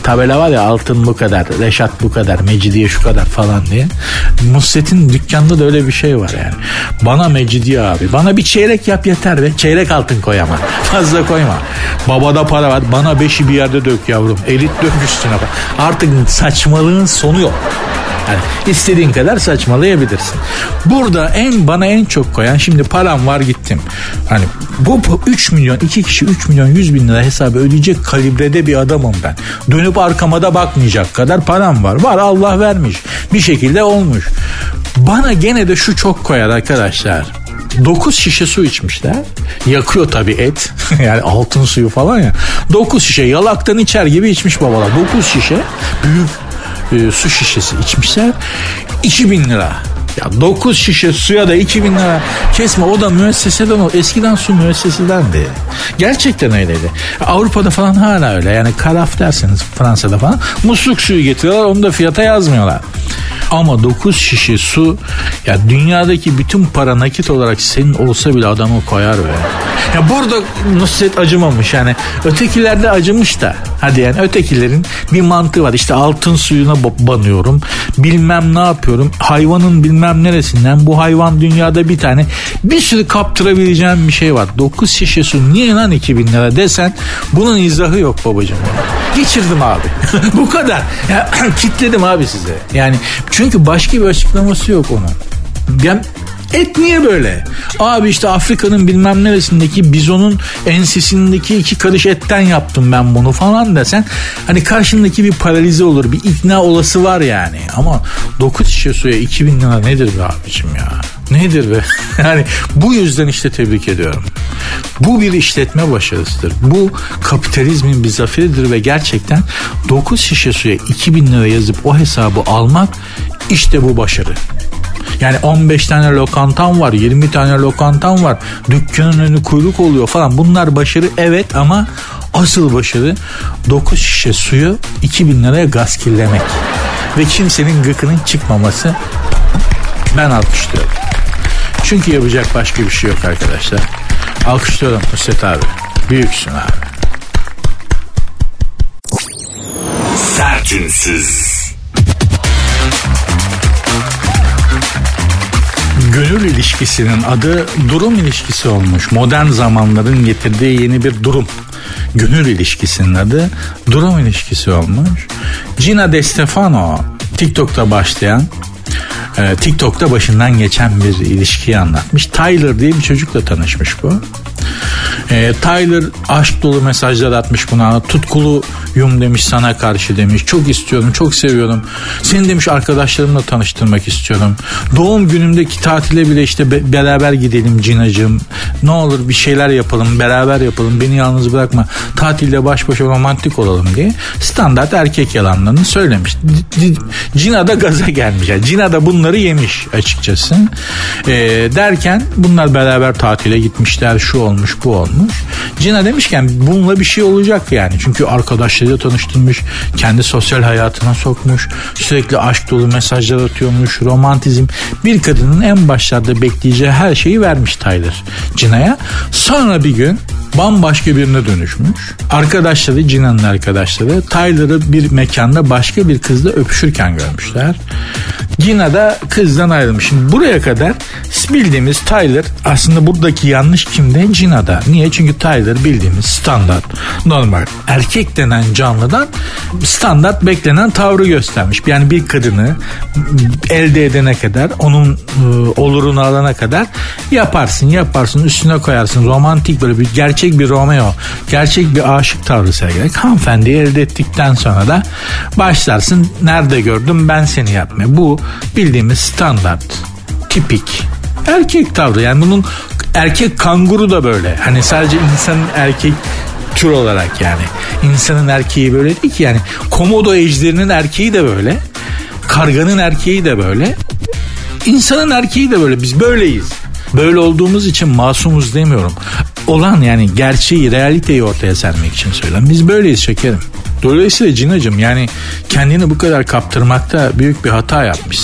tabela var ya, altın bu kadar, Reşat bu kadar, Mecidiye şu kadar falan diye. Nusret'in dükkanında da öyle bir şey var yani. Bana Mecidiye abi, bana bir çeyrek yap yeter ve çeyrek altın koy ama. Fazla koyma. Babada para var, bana 5'i bir yerde dök yavrum. Elit dök üstüne bak. Artık saçmalığın sonu yok. Yani istediğin kadar saçmalayabilirsin. Burada bana en çok koyan, şimdi param var gittim. Hani bu 3 milyon, 2 kişi 3 milyon 100 bin lira hesabı ödeyecek kalibrede bir adamım ben. Dönüp arkama da bakmayacak kadar param var. Var, Allah vermiş. Bir şekilde olmuş. Bana gene de şu çok koyar arkadaşlar. 9 şişe su içmişler. Yakıyor tabii et. Yani altın suyu falan ya. 9 şişe yalaktan içer gibi içmiş babalar. 9 şişe büyük su şişesi içmişler. 2000 lira. Ya 9 şişe suya da 2000 lira kesme, o da müesseseden o. Eskiden su müessesedendi. Gerçekten öyleydi. Avrupa'da falan hala öyle. Yani karaf derseniz Fransa'da falan musluk suyu getiriyorlar, onu da fiyata yazmıyorlar. Ama 9 şişe su, ya dünyadaki bütün para nakit olarak senin olsa bile adamı koyar be. Ya burada Nusret acımamış yani. Ötekilerde acımış da. Hadi yani ötekilerin bir mantığı var. İşte altın suyuna banıyorum. Bilmem ne yapıyorum. Hayvanın bilmem neresinden. Bu hayvan dünyada bir tane. Bir sürü kaptırabileceğim bir şey var. 9 şişe su niye lan 2000 lira desen bunun izahı yok babacığım. Geçirdim abi. Bu kadar. Ya, kitledim abi size. Yani çünkü başka bir açıklaması yok onun. Yani et niye böyle? Abi işte Afrika'nın bilmem neresindeki bizonun ensesindeki 2 karış etten yaptım ben bunu falan desen, hani karşındaki bir paralize olur, bir ikna olası var yani. Ama 9 şişe suya 2000 lira nedir be abicim ya? Nedir be? Yani bu yüzden işte tebrik ediyorum. Bu bir işletme başarısıdır. Bu kapitalizmin bir zaferidir ve gerçekten 9 şişe suya 2000 lira yazıp o hesabı almak, işte bu başarı. Yani 15 tane lokantam var, 20 tane lokantam var, dükkanın önü kuyruk oluyor falan. Bunlar başarı evet, ama asıl başarı 9 şişe suyu 2000 liraya gaskillemek. Ve kimsenin gıkının çıkmaması. Ben alkışlıyorum. Çünkü yapacak başka bir şey yok arkadaşlar. Alkışlıyorum Nusret abi. Büyüksün abi. Sertünsüz. Gönül ilişkisinin adı durum ilişkisi olmuş. Modern zamanların getirdiği yeni bir durum. Gönül ilişkisinin adı durum ilişkisi olmuş. Gina De Stefano, TikTok'ta başlayan, TikTok'ta başından geçen bir ilişkiyi anlatmış. Tyler diye bir çocukla tanışmış bu. Tyler aşk dolu mesajlar atmış buna. Tutkuluyum demiş sana karşı demiş. Çok istiyorum, çok seviyorum. Seni demiş arkadaşlarımla tanıştırmak istiyorum. Doğum günümdeki tatile bile işte beraber gidelim Cinacığım. Ne olur bir şeyler yapalım, beraber yapalım. Beni yalnız bırakma. Tatilde baş başa romantik olalım diye standart erkek yalanlarını söylemiş. Cina da gaza gelmiş. Yani Cina da bunları yemiş açıkçası. Derken bunlar beraber tatile gitmişler. Şu olmuş, bu olmuş. Cina demişken bununla bir şey olacak yani. Çünkü arkadaşlarıyla tanıştırmış, kendi sosyal hayatına sokmuş, sürekli aşk dolu mesajlar atıyormuş, romantizm. Bir kadının en başlarda bekleyeceği her şeyi vermiş Tyler Cina'ya. Sonra bir gün bambaşka birine dönüşmüş. Arkadaşları, Cina'nın arkadaşları Tyler'ı bir mekanda başka bir kızla öpüşürken görmüşler. Cina da kızdan ayrılmış. Şimdi buraya kadar bildiğimiz Tyler, aslında buradaki yanlış kimde? Cina'da. Niye? Çünkü Tyler bildiğimiz standart, normal erkek denen canlıdan standart beklenen tavrı göstermiş. Yani bir kadını elde edene kadar, onun olurunu alana kadar yaparsın, üstüne koyarsın. Romantik, böyle bir gerçek bir Romeo, gerçek bir aşık tavrı sergilerek hanımefendiyi elde ettikten sonra da başlarsın. Nerede gördüm ben seni yapmaya. Bu bildiğimiz standart, tipik erkek tavrı. Yani bunun erkek kanguru da böyle. Hani sadece insanın erkek tür olarak, yani insanın erkeği böyle değil ki, yani komodo ejderinin erkeği de böyle, karganın erkeği de böyle, insanın erkeği de böyle. Biz böyleyiz. Böyle olduğumuz için masumuz demiyorum. Olan, yani gerçeği, realiteyi ortaya sermek için söylüyorum. Biz böyleyiz şekerim. Dolayısıyla Cinacığım, yani kendini bu kadar kaptırmakta büyük bir hata yapmışsın.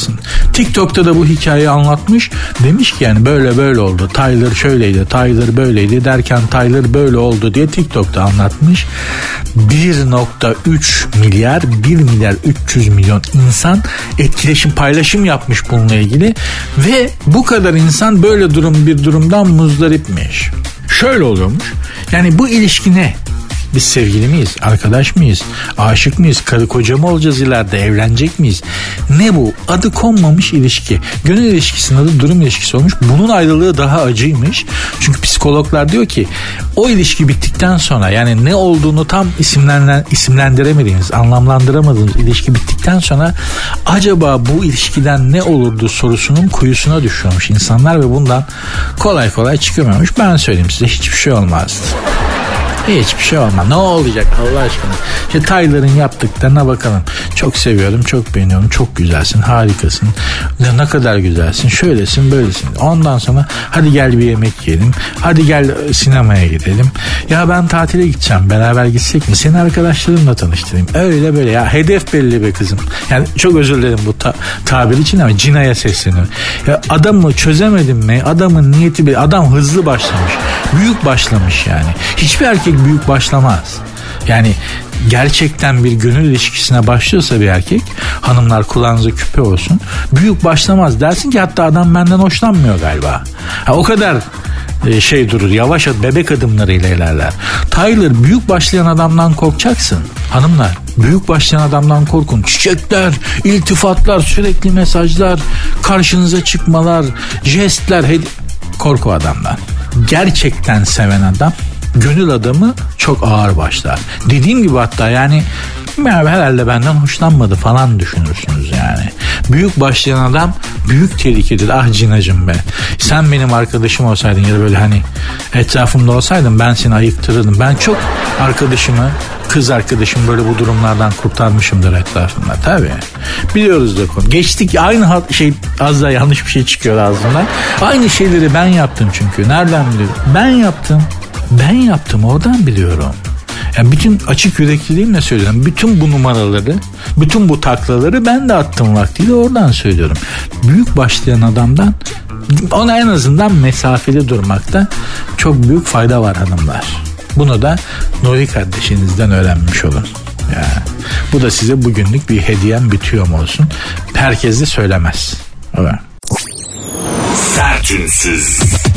TikTok'ta da bu hikayeyi anlatmış. Demiş ki yani böyle oldu. Tyler şöyleydi, Tyler böyleydi derken Tyler böyle oldu diye TikTok'ta anlatmış. 1.3 milyar 1 milyar 300 milyon insan etkileşim paylaşım yapmış bununla ilgili ve bu kadar insan böyle bir durumdan muzdaripmiş. Şöyle oluyormuş. Yani bu ilişki ne? Biz sevgili miyiz? Arkadaş mıyız? Aşık mıyız? Karı koca mı olacağız ileride? Evlenecek miyiz? Ne bu? Adı konmamış ilişki. Gönül ilişkisinin adı durum ilişkisi olmuş. Bunun ayrılığı daha acıymış. Çünkü psikologlar diyor ki o ilişki bittikten sonra yani ne olduğunu tam isimlendiremediğiniz, anlamlandıramadığınız ilişki bittikten sonra acaba bu ilişkiden ne olurdu sorusunun kuyusuna düşüyormuş insanlar ve bundan kolay çıkamıyormuş. Ben söyleyeyim size hiçbir şey olmazdı. Hiçbir şey olmaz. Ne olacak Allah aşkına? İşte Tyler'ın yaptıklarına bakalım. Çok seviyorum, çok beğeniyorum. Çok güzelsin, harikasın. Ne kadar güzelsin. Şöylesin, böylesin. Ondan sonra hadi gel bir yemek yiyelim. Hadi gel sinemaya gidelim. Ya ben tatile gideceğim. Beraber gitsek mi? Seni arkadaşlarımla tanıştırayım. Öyle böyle ya. Hedef belli be kızım. Yani çok özür dilerim bu tabir için ama Cina'ya sesleniyorum. Ya adamı çözemedim mi? Adamın niyeti belli. Adam hızlı başlamış. Büyük başlamış yani. Hiçbir erkek büyük başlamaz. Yani gerçekten bir gönül ilişkisine başlıyorsa bir erkek, hanımlar kulağınıza küpe olsun, büyük başlamaz. Dersin ki hatta adam benden hoşlanmıyor galiba. O kadar durur, yavaş bebek adımlarıyla ilerler. Tyler büyük başlayan adamdan korkacaksın. Hanımlar büyük başlayan adamdan korkun. Çiçekler, iltifatlar, sürekli mesajlar, karşınıza çıkmalar, jestler, korku adamdan. Gerçekten seven adam, gönül adamı çok ağır başlar. Dediğim gibi hatta yani herhalde benden hoşlanmadı falan düşünürsünüz yani. Büyük başlayan adam büyük tehlikedir. Ah Cinacığım be. Sen benim arkadaşım olsaydın ya da böyle hani etrafımda olsaydın ben seni ayıktırırdım. Ben çok arkadaşımı, kız arkadaşım böyle bu durumlardan kurtarmışımdır etrafımda. Tabii. Biliyoruz da konu. Geçtik aynı az da yanlış bir şey çıkıyor ağzımdan. Aynı şeyleri ben yaptım çünkü. Nereden biliyorum? Ben yaptım oradan biliyorum. Yani bütün açık yürekliliğimle söylüyorum. Bütün bu numaraları, bütün bu taklaları ben de attım vaktiyle oradan söylüyorum. Büyük başlayan adamdan ona en azından mesafeli durmakta çok büyük fayda var hanımlar. Bunu da Nuri kardeşinizden öğrenmiş olun. Ya, bu da size bugünlük bir hediyem bitiyor mu olsun. Herkes de söylemez. Evet. Sertünsüz.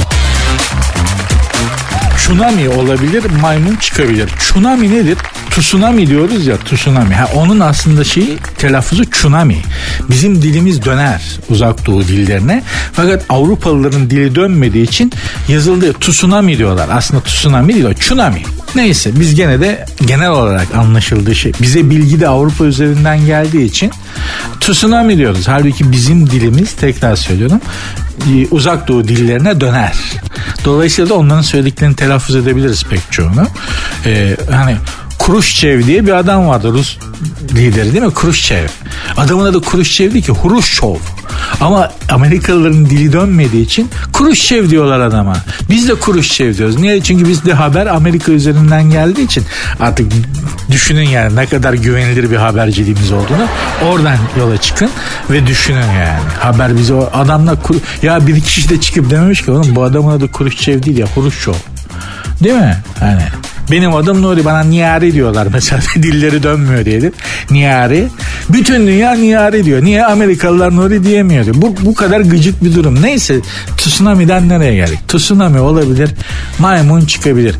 Tsunami olabilir, maymun çıkabilir. Tsunami nedir? Tsunami diyoruz ya, tsunami. Onun aslında telaffuzu tsunami. Bizim dilimiz döner uzak doğu dillerine. Fakat Avrupalıların dili dönmediği için yazıldığı tsunami diyorlar. Aslında tsunami değil o, tsunami. Neyse biz gene de genel olarak anlaşıldığı bize bilgi de Avrupa üzerinden geldiği için tsunami diyoruz. Halbuki bizim dilimiz, tekrar söylüyorum, uzak doğu dillerine döner. Dolayısıyla da onların söylediklerini telaffuz edebiliriz pek çoğunu. Hani Khrushchev diye bir adam vardı, Rus lideri değil mi? Khrushchev. Adamın adı Khrushchev değil ki, Hruşçov. Ama Amerikalıların dili dönmediği için Khrushchev diyorlar adama. Biz de Khrushchev diyoruz. Niye? Çünkü bizde haber Amerika üzerinden geldiği için artık düşünün yani ne kadar güvenilir bir haberciliğimiz olduğunu. Oradan yola çıkın ve düşünün yani. Haber bize o adamla ya bir kişi de çıkıp dememiş ki oğlum bu adamın adı Khrushchev değil ya, Hruşçov. Değil mi? Hani benim adım Nuri, bana Niyari diyorlar mesela, dilleri dönmüyor diyelim. Niyari. Bütün dünya Niyari diyor. Niye Amerikalılar Nuri diyemiyor diyor. Bu kadar gıcık bir durum. Neyse, tsunami'den nereye geldik? Tsunami olabilir, maymun çıkabilir.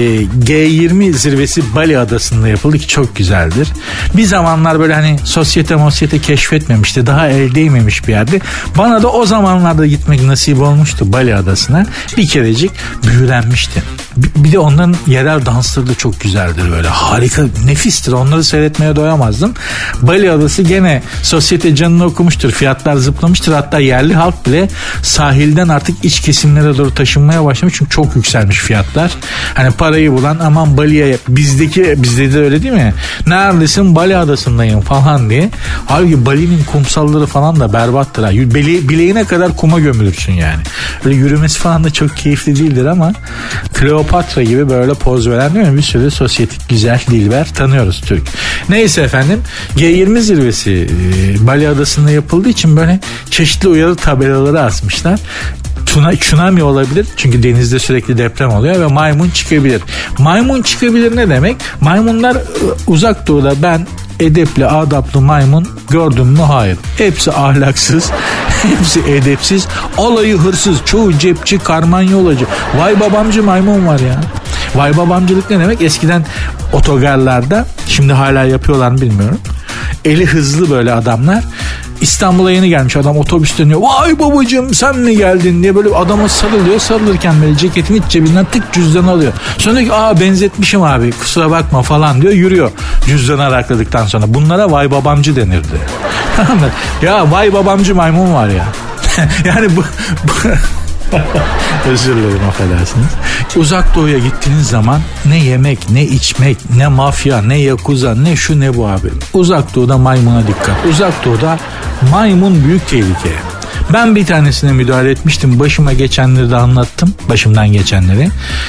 G20 zirvesi Bali adasında yapıldı ki çok güzeldir. Bir zamanlar böyle hani sosyete keşfetmemişti. Daha el değmemiş bir yerde. Bana da o zamanlarda gitmek nasip olmuştu Bali adasına. Bir kerecik büyülenmiştim. Bir de onların yerel dansları da çok güzeldir böyle. Harika, nefistir. Onları seyretmeye doyamazdım. Bali adası gene sosyete canını okumuştur. Fiyatlar zıplamıştır. Hatta yerli halk bile sahilden artık iç kesimlere doğru taşınmaya başlamış. Çünkü çok yükselmiş fiyatlar. Hani parayı bulan aman Bali'ye, bizde de öyle değil mi? Neredesin? Bali adasındayım falan diye. Halbuki Bali'nin kumsalları falan da berbattır. Bileğine kadar kuma gömülürsün yani. Öyle yürümesi falan da çok keyifli değildir ama Kleopatra Kleopatra gibi böyle poz veren değil mi? Bir sürü sosyetik güzel dilber tanıyoruz Türk. Neyse efendim, G20 zirvesi Bali Adası'nda yapıldığı için böyle çeşitli uyarı tabelaları asmışlar. Tsunami olabilir çünkü denizde sürekli deprem oluyor ve maymun çıkabilir. Maymun çıkabilir ne demek? Maymunlar uzak doğuda ben edepli, adaplı maymun gördüm mü? Hayır. Hepsi ahlaksız, hepsi edepsiz, alayı hırsız, çoğu cepçi, karmanyolacı. Vay babamcı maymun var ya. Vay babamcılık ne demek? Eskiden otogarlarda, şimdi hala yapıyorlar mı bilmiyorum, eli hızlı böyle adamlar, İstanbul'a yeni gelmiş adam otobüs dönüyor. Vay babacığım sen mi geldin diye böyle adama sarılıyor. Sarılırken böyle ceketin iç cebinden tık cüzdanı alıyor. Sonra diyor ki benzetmişim abi kusura bakma falan diyor, yürüyor cüzdanı arakladıktan sonra. Bunlara vay babamcı denirdi. Ya vay babamcı maymun var ya. Yani bu özür dilerim, affedersiniz. Uzak doğuya gittiğiniz zaman ne yemek, ne içmek, ne mafya, ne yakuza, ne şu ne bu abi. Uzak doğuda maymuna dikkat. Uzak doğuda maymun büyük tehlike. Ben bir tanesine müdahale etmiştim. Başıma geçenleri de anlattım. Başımdan geçenleri.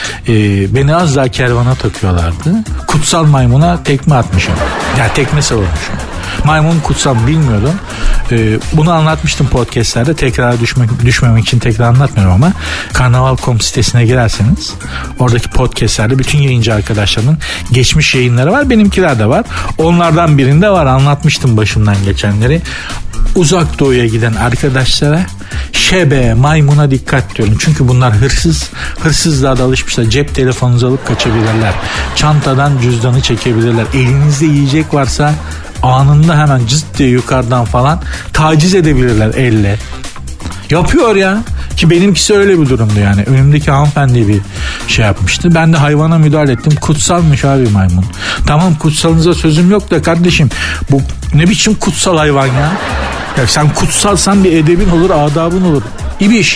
Beni az daha kervana takıyorlardı. Kutsal maymuna tekme atmışım. Yani tekme savurmuşum. Maymun kutsal bilmiyordum. Bunu anlatmıştım podcastlerde. Tekrar düşmemek için tekrar anlatmıyorum ama Karnaval.com sitesine girerseniz oradaki podcastlerde bütün yayıncı arkadaşlarımın geçmiş yayınları var. Benimkiler de var. Onlardan birinde var. Anlatmıştım başımdan geçenleri. Uzak doğuya giden arkadaşlara şebe, maymuna dikkat diyorum. Çünkü bunlar hırsız. Hırsızlığa da alışmışlar. Cep telefonunuzu alıp kaçabilirler. Çantadan cüzdanı çekebilirler. Elinizde yiyecek varsa anında hemen cıst diye yukarıdan falan taciz edebilirler elle. Yapıyor ya. Ki benimkisi öyle bir durumdu yani. Önümdeki hanımefendi bir şey yapmıştı. Ben de hayvana müdahale ettim. Kutsalmış abi maymun. Tamam kutsalınıza sözüm yok da kardeşim bu ne biçim kutsal hayvan ya? Ya sen kutsalsan bir edebin olur, adabın olur. İbiş.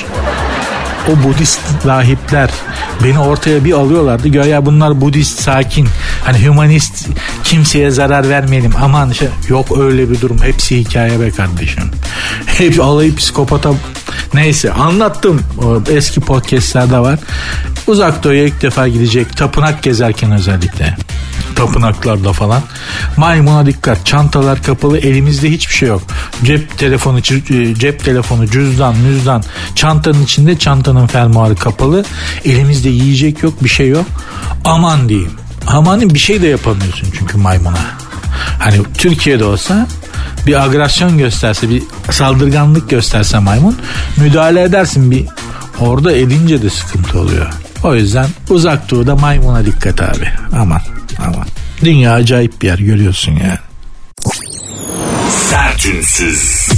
O Budist rahipler beni ortaya bir alıyorlardı. Güya bunlar Budist, sakin, hani hümanist, kimseye zarar vermeyelim aman şey. Yok öyle bir durum. Hepsi hikaye be kardeşim. Hep alayı psikopata. Neyse anlattım. O eski podcastlerde var. Uzak Doğu'ya ilk defa gidecek, tapınak gezerken özellikle, tapınaklarda falan, maymuna dikkat. Çantalar kapalı, elimizde hiçbir şey yok. Cep telefonu, cüzdan, çantanın içinde, çantanın fermuarı kapalı. Elimizde yiyecek yok, bir şey yok. Aman diyeyim. Amanın bir şey de yapamıyorsun çünkü maymuna. Hani Türkiye'de olsa bir agresyon gösterse, bir saldırganlık gösterse maymun, müdahale edersin, bir orada edince de sıkıntı oluyor. O yüzden Uzak Doğu'da maymuna dikkat abi. Aman. Dünya acayip bir yer, görüyorsun yani. Sertünsüz.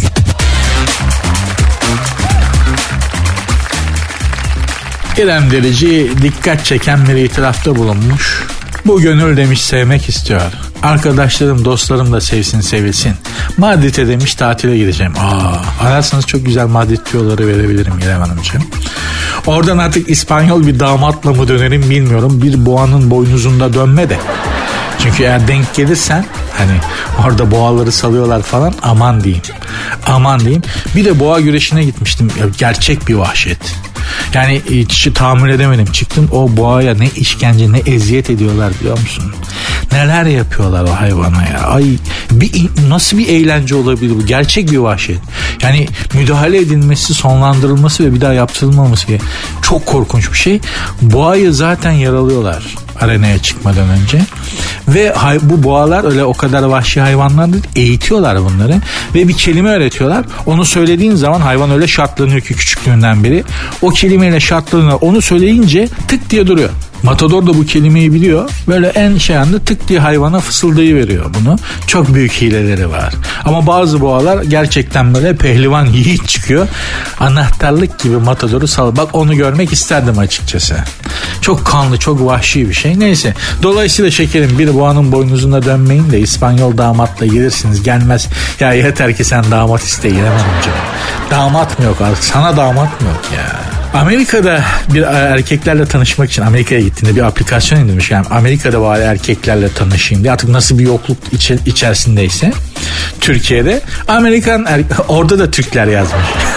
İrem Derici dikkat çeken bir itirafta bulunmuş. Bu gönül demiş sevmek istiyor. Arkadaşlarım, dostlarım da sevsin, sevilsin. Madrid'e demiş tatile gideceğim. Ararsanız çok güzel Madrid yolları verebilirim İrem Hanımcığım. Oradan artık İspanyol bir damatla mı dönerim bilmiyorum. Bir boğanın boynuzunda dönme de. Çünkü eğer denk gelirsen hani orada boğaları salıyorlar falan, aman diyeyim. Bir de boğa güreşine gitmiştim. Gerçek bir vahşet. Yani hiç tahammül edemedim. Çıktım, o boğaya ne işkence, ne eziyet ediyorlar biliyor musun? Neler yapıyorlar o hayvana ya. Ay nasıl bir eğlence olabilir bu? Gerçek bir vahşet. Yani müdahale edilmesi, sonlandırılması ve bir daha yaptırılmaması gibi. Çok korkunç bir şey. Boğayı zaten yaralıyorlar arenaya çıkmadan önce. Ve bu boğalar öyle o kadar vahşi hayvanlar değil, eğitiyorlar bunları ve bir kelime öğretiyorlar. Onu söylediğin zaman hayvan öyle şartlanıyor ki küçüklüğünden beri. O kelimeyle şartlanıyor. Onu söyleyince tık diye duruyor. Matador da bu kelimeyi biliyor. Böyle en anda tık diye hayvana fısıldayıveriyor bunu. Çok büyük hileleri var. Ama bazı boğalar gerçekten böyle pehlivan yiğit çıkıyor. Anahtarlık gibi Matador'u sal. Bak onu görmek isterdim açıkçası. Çok kanlı, çok vahşi bir şey. Neyse. Dolayısıyla şekerim, bir boğanın boynuzunda dönmeyin de İspanyol damatla gelirsiniz. Gelmez. Ya yeter ki sen damat iste, İrem Hanımcığım. Damat mı yok artık? Sana damat mı yok ya? Amerika'da bir erkeklerle tanışmak için Amerika'ya gittiğinde bir aplikasyon indirmiş. Yani Amerika'da bari erkeklerle tanışayım diye, artık nasıl bir yokluk içerisindeyse Türkiye'de orada da Türkler yazmış.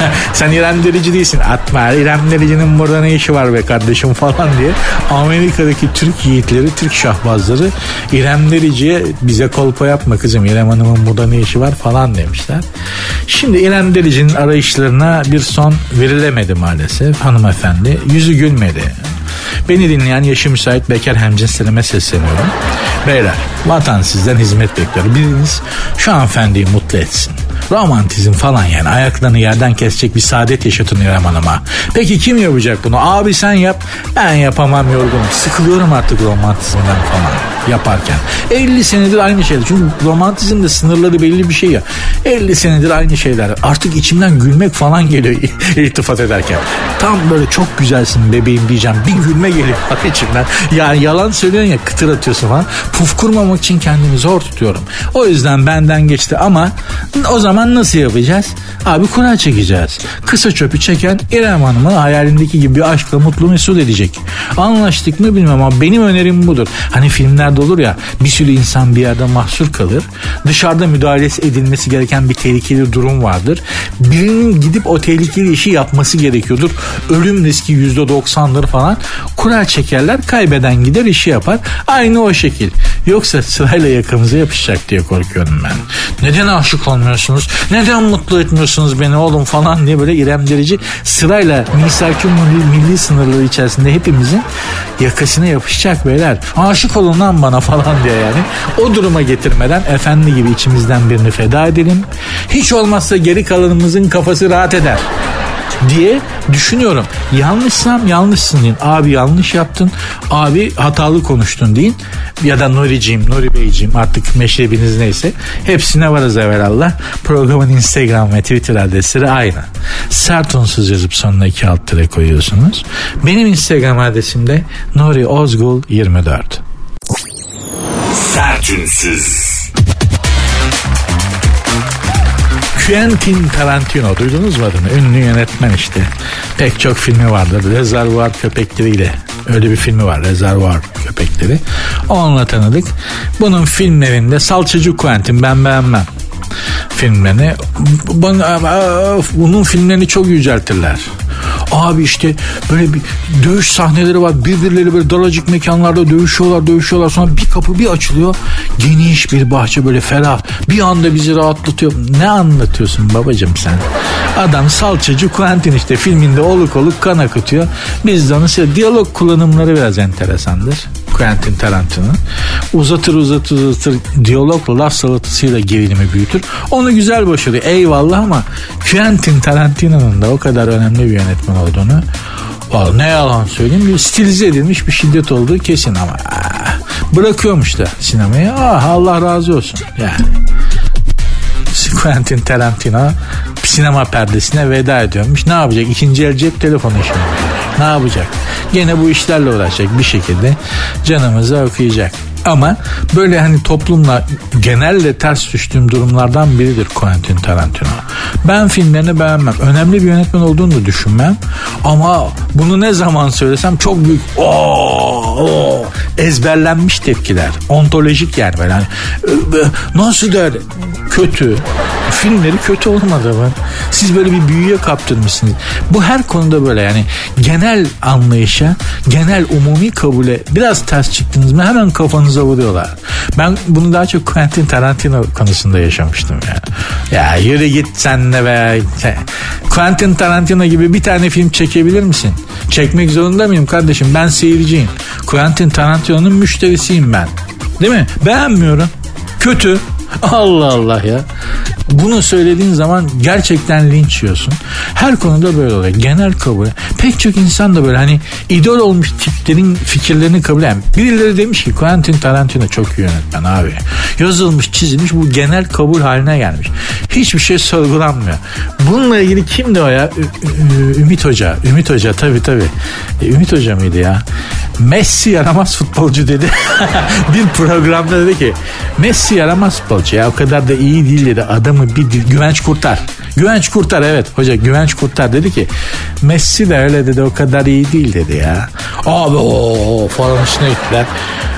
Sen İrem Derici değilsin. Atma, İrem Derici'nin burada ne işi var be kardeşim falan diye. Amerika'daki Türk yiğitleri, Türk şahbazları İrem Derici'ye bize kolpa yapma kızım, İrem Hanım'ın burada ne işi var falan demişler. Şimdi İrem Derici'nin arayışlarına bir son verilemedi maalesef. Hanımefendi yüzü gülmedi. Beni dinleyen yaşı müsait bekar hemcinslerime sesleniyorum. Beyler, vatan sizden hizmet bekliyor. Biriniz şu hanımefendiyi mutlu etsin. Romantizm falan yani. Ayaklarını yerden kesecek bir saadet yaşatın İrem Hanım'a. Peki kim yapacak bunu? Abi sen yap. Ben yapamam, yorgunum. Sıkılıyorum artık romantizmden falan yaparken. 50 senedir aynı şeyler. Çünkü romantizmde sınırları belli bir şey ya. 50 senedir aynı şeyler. Artık içimden gülmek falan geliyor iltifat ederken. Tam böyle çok güzelsin bebeğim diyeceğim. Bir gülme geliyor içimden. Yani yalan söylüyorsun ya, kıtır atıyorsun falan. Puf kurmamak için kendimi zor tutuyorum. O yüzden benden geçti ama o zaman nasıl yapacağız? Abi kura çekeceğiz. Kısa çöpü çeken İrem Hanım'ı hayalindeki gibi bir aşkla mutlu mesut edecek. Anlaştık mı bilmem ama benim önerim budur. Hani filmlerde olur ya, bir sürü insan bir yerde mahsur kalır. Dışarıda müdahalesi edilmesi gereken bir tehlikeli durum vardır. Birinin gidip o tehlikeli işi yapması gerekiyordur. Ölüm riski %90'dır falan. Kura çekerler, kaybeden gider işi yapar. Aynı o şekil. Yoksa sırayla yakamıza yapışacak diye korkuyorum ben. Neden aşık olmuyorsunuz? Neden mutlu etmiyorsunuz beni oğlum falan diye böyle İrem Derici sırayla misak-ı milli sınırları içerisinde hepimizin yakasına yapışacak beyler. Aşık olun lan bana falan diye yani. O duruma getirmeden efendi gibi içimizden birini feda edelim. Hiç olmazsa geri kalanımızın kafası rahat eder diye düşünüyorum. Yanlışsam yanlışsın deyin. Abi yanlış yaptın. Abi hatalı konuştun deyin. Ya da Nuri Beyciğim artık meşrebiniz neyse. Hepsine varız evvelallah. Programın Instagram ve Twitter adresleri aynı. Sert unsuz yazıp sonuna 2 alt tere koyuyorsunuz. Benim Instagram adresim de Nuri Ozgul 24. Sert unsuz. Quentin Tarantino, duydunuz mu adını? Ünlü yönetmen işte. Pek çok filmi vardır. Rezervuar Köpekleriyle. Öyle bir filmi var, Rezervuar Köpekleri. Onunla tanıdık. Bunun filmlerinde salçacı Quentin, ben beğenmem filmlerini. Bunun filmlerini çok yüceltirler. Abi işte böyle bir dövüş sahneleri var. Birbirleri böyle daracık mekanlarda dövüşüyorlar. Sonra bir kapı bir açılıyor. Geniş bir bahçe, böyle ferah. Bir anda bizi rahatlatıyor. Ne anlatıyorsun babacığım sen? Adam salçacı Quentin işte, filminde oluk kan akıtıyor. Biz de onu diyalog kullanımları biraz enteresandır. Quentin Tarantino uzatır diyalogla, laf salatasıyla gerilimi büyütür. Onu güzel başarıyor. Eyvallah ama Quentin Tarantino'nun da o kadar önemli bir yönetmen olduğunu, ne yalan söyleyeyim, bir stilize edilmiş bir şiddet olduğu kesin ama bırakıyormuş da sinemayı. Allah razı olsun. Yani Quentin Tarantino sinema perdesine veda ediyormuş. Ne yapacak? İkinci el cep telefonu işi. Ne yapacak? Gene bu işlerle uğraşacak, bir şekilde canımızı okuyacak. Ama böyle hani toplumla genelde ters düştüğüm durumlardan biridir Quentin Tarantino. Ben filmlerini beğenmem. Önemli bir yönetmen olduğunu da düşünmem. Ama bunu ne zaman söylesem çok büyük ezberlenmiş tepkiler. Ontolojik yani böyle hani nasıl der? Kötü. Filmleri kötü olmadı mı? Siz böyle bir büyüye kaptırmışsınız. Bu her konuda böyle yani, genel anlayışa, genel umumi kabule biraz ters çıktınız mı hemen kafanıza vuruyorlar. Ben bunu daha çok Quentin Tarantino konusunda yaşamıştım ya. Ya yürü git sen de be. Quentin Tarantino gibi bir tane film çekebilir misin? Çekmek zorunda mıyım kardeşim? Ben seyirciyim. Quentin Tarantino'nun müşterisiyim ben. Değil mi? Beğenmiyorum. Kötü. Allah Allah ya. Bunu söylediğin zaman gerçekten linç yiyorsun. Her konuda böyle oluyor. Genel kabul. Pek çok insan da böyle hani idol olmuş tiplerin fikirlerini kabul eden. Birileri demiş ki Quentin Tarantino çok iyi yönetmen abi. Yazılmış, çizilmiş, bu genel kabul haline gelmiş. Hiçbir şey sorgulanmıyor. Bununla ilgili kimdi o ya? Ümit Hoca tabii. Ümit Hoca mıydı ya? Messi yaramaz futbolcu dedi. Bir programda dedi ki Messi yaramaz futbolcu ya, o kadar da iyi değil dedi. Adamı bir Güvenç Kurtar evet hoca, Güvenç Kurtar dedi ki Messi de öyle dedi, o kadar iyi değil dedi ya. Abi falan üstüne gittiler.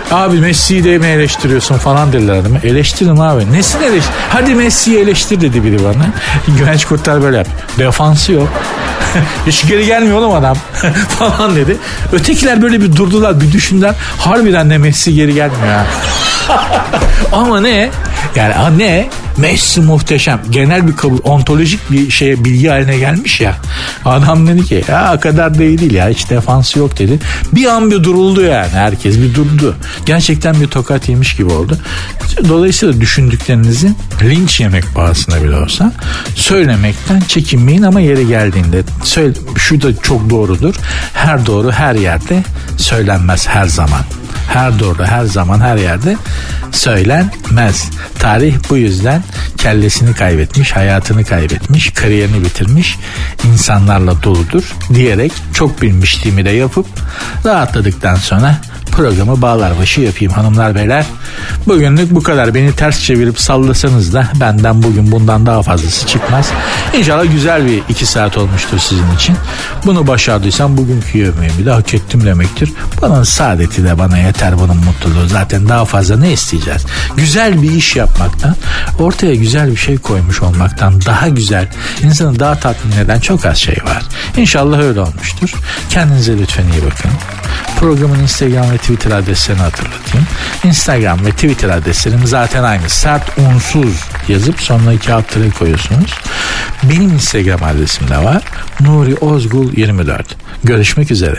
Abi Messi'yi de mi eleştiriyorsun falan dediler değil mi? Eleştirin abi. Nesini eleştir? Hadi Messi'yi eleştir dedi biri bana. Güvenç Kurtar böyle yap. Defansı yok. Hiç geri gelmiyor oğlum adam falan dedi. Ötekiler böyle bir durdular, bir düşündüler. Harbiden de Messi geri gelmiyor ha. Ama ne? Yani ne? Messi muhteşem. Genel bir kabul, ontolojik bir şeye, bilgi haline gelmiş ya. Adam dedi ki ya o kadar değil ya, hiç defansı yok dedi. Bir an bir duruldu yani, herkes bir durdu. Gerçekten bir tokat yemiş gibi oldu. Dolayısıyla düşündüklerinizi linç yemek pahasına bile olsa söylemekten çekinmeyin, ama yeri geldiğinde şu da çok doğrudur. Her doğru her yerde söylenmez her zaman. Her doğru her zaman her yerde söylenmez. Tarih bu yüzden kellesini kaybetmiş, hayatını kaybetmiş, kariyerini bitirmiş insanlarla doludur diyerek çok bilmişliğimi de yapıp rahatladıktan sonra programı bağlar başı yapayım hanımlar beyler. Bugünlük bu kadar. Beni ters çevirip sallasanız da benden bugün bundan daha fazlası çıkmaz. İnşallah güzel bir 2 saat olmuştur sizin için. Bunu başardıysam bugünkü yemeğimi de hak ettim demektir. Bunun saadeti de bana yeter, bunun mutluluğu. Zaten daha fazla ne isteyeceğiz? Güzel bir iş yapmaktan, ortaya güzel bir şey koymuş olmaktan daha güzel, insanı daha tatmin eden çok az şey var. İnşallah öyle olmuştur. Kendinize lütfen iyi bakın. Programın Instagram ve Twitter adreslerini hatırlatayım. Instagram ve Twitter adreslerim zaten aynı. Sert unsuz yazıp sonuna 2 alt tere koyuyorsunuz. Benim Instagram adresim de var. Nuri Ozgul 24. Görüşmek üzere.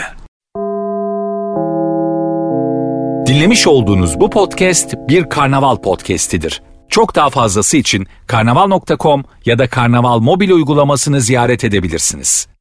Dinlemiş olduğunuz bu podcast bir Karnaval podcastidir. Çok daha fazlası için karnaval.com ya da Karnaval mobil uygulamasını ziyaret edebilirsiniz.